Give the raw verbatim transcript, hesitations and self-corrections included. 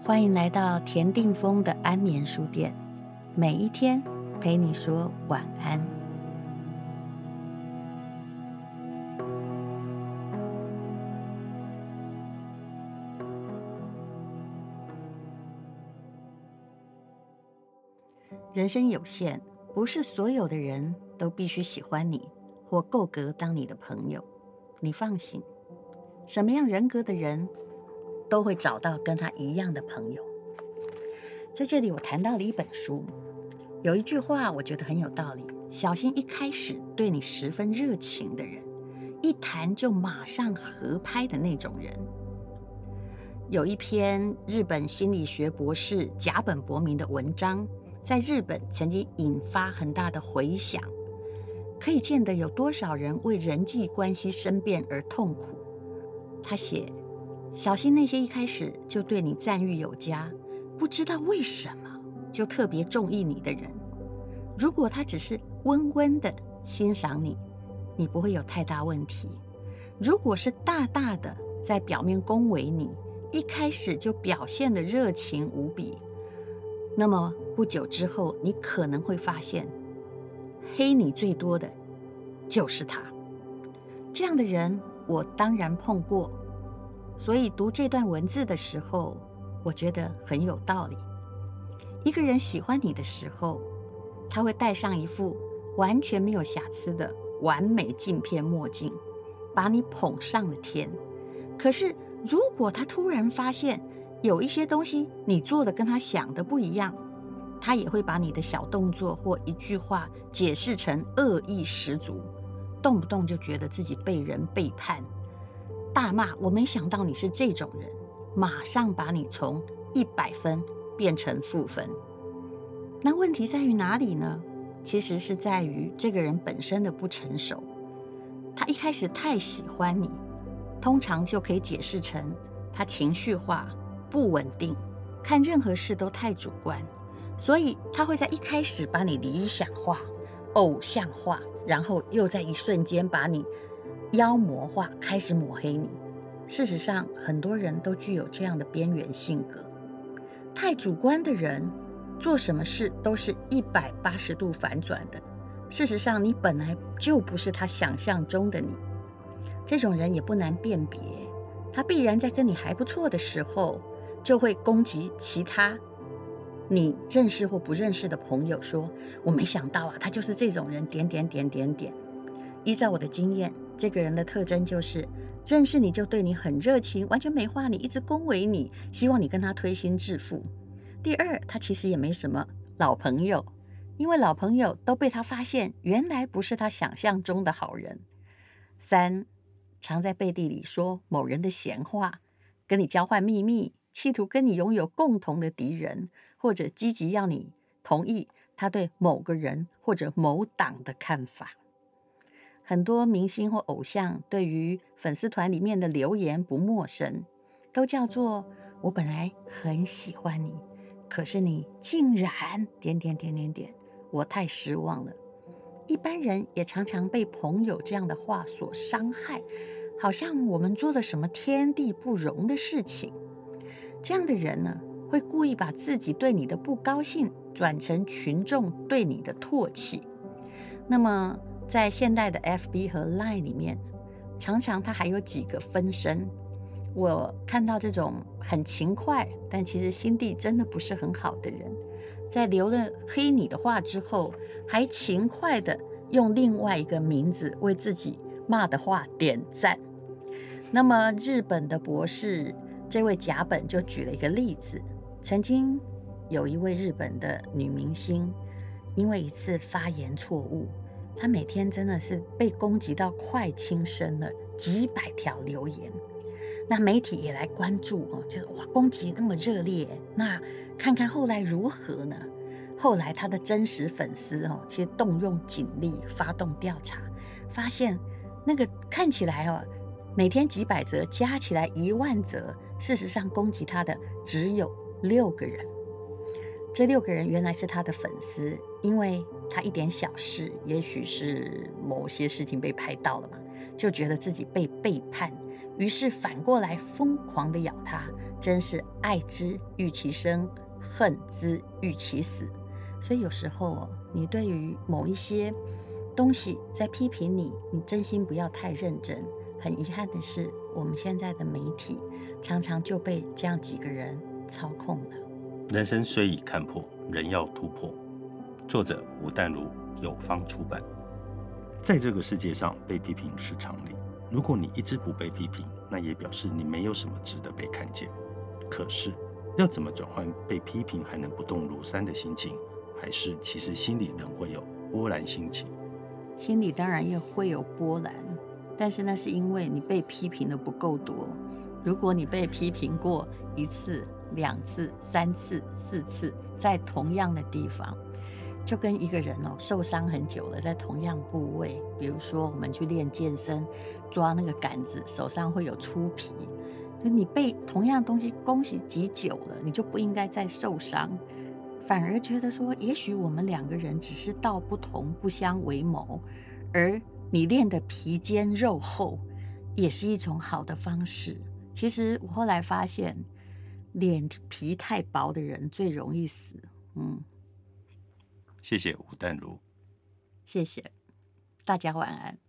欢迎来到田定峰的安眠书店，每一天陪你说晚安。人生有限，不是所有的人都必须喜欢你或够格当你的朋友。你放心，什么样人格的人都会找到跟他一样的朋友。在这里我谈到了一本书，有一句话我觉得很有道理，小心一开始对你十分热情的人，一谈就马上合拍的那种人。有一篇日本心理学博士甲本博明的文章，在日本曾经引发很大的回响，可以见得有多少人为人际关系生变而痛苦。他写，小心那些一开始就对你赞誉有加，不知道为什么就特别中意你的人。如果他只是温温的欣赏你，你不会有太大问题。如果是大大的在表面恭维你，一开始就表现得热情无比，那么不久之后你可能会发现，黑你最多的就是他。这样的人我当然碰过，所以读这段文字的时候，我觉得很有道理。一个人喜欢你的时候，他会戴上一副完全没有瑕疵的完美镜片墨镜，把你捧上了天。可是如果他突然发现有一些东西你做的跟他想的不一样，他也会把你的小动作或一句话解释成恶意十足，动不动就觉得自己被人背叛，大骂我没想到你是这种人，马上把你从一百分变成负分。那问题在于哪里呢？其实是在于这个人本身的不成熟。他一开始太喜欢你，通常就可以解释成他情绪化、不稳定，看任何事都太主观，所以他会在一开始把你理想化、偶像化，然后又在一瞬间把你妖魔化，开始抹黑你。事实上，很多人都具有这样的边缘性格。太主观的人，做什么事都是一百八十度反转的。事实上，你本来就不是他想象中的你。这种人也不难辨别，他必然在跟你还不错的时候，就会攻击其他你认识或不认识的朋友，说我没想到啊，他就是这种人，点点点点点。依照我的经验，这个人的特征就是认识你就对你很热情，完全没话你，一直恭维你，希望你跟他推心置腹。第二，他其实也没什么老朋友，因为老朋友都被他发现原来不是他想象中的好人。三，常在背地里说某人的闲话，跟你交换秘密，企图跟你拥有共同的敌人，或者积极要你同意他对某个人或者某党的看法。很多明星或偶像对于粉丝团里面的留言不陌生，都叫做我本来很喜欢你，可是你竟然点点点点点，我太失望了。一般人也常常被朋友这样的话所伤害，好像我们做了什么天地不容的事情。这样的人呢，会故意把自己对你的不高兴转成群众对你的唾弃。那么在现代的 F B 和 Line 里面，常常它还有几个分身。我看到这种很勤快，但其实心地真的不是很好的人，在留了黑你的话之后，还勤快的用另外一个名字为自己骂的话点赞。那么日本的博士这位甲本就举了一个例子，曾经有一位日本的女明星，因为一次发言错误，她每天真的是被攻击到快轻生了，几百条留言。那媒体也来关注哦，就是哇，攻击那么热烈，那看看后来如何呢？后来他的真实粉丝哦，其实动用警力发动调查，发现那个看起来哦，每天几百则加起来一万则，事实上攻击他的只有六个人。这六个人原来是他的粉丝，因为他一点小事，也许是某些事情被拍到了嘛，就觉得自己被背叛，于是反过来疯狂的咬他， 真是爱之欲其生，恨之欲其死。所以有时候哦，你对于某一些东西在批评你，你真心不要太认真。很遗憾的是，我们现在的媒体常常就被这样几个人操控了。 人生虽已看破，人要突破。作者吴淡如，有方出版。在这个世界上，被批评是常理。如果你一直不被批评，那也表示你没有什么值得被看见。可是，要怎么转换被批评还能不动如山的心情？还是其实心里仍会有波澜兴起？ 心里当然也会有波澜，但是那是因为你被批评的不够多。如果你被批评过一次、两次、三次、四次，在同样的地方，就跟一个人哦受伤很久了，在同样部位，比如说我们去练健身，抓那个杆子，手上会有出皮，就你被同样东西攻击击久了，你就不应该再受伤，反而觉得说，也许我们两个人只是道不同，不相为谋，而你练的皮坚肉厚，也是一种好的方式。其实我后来发现，脸皮太薄的人最容易死。嗯， 谢谢吴淡如， 谢谢大家，晚安。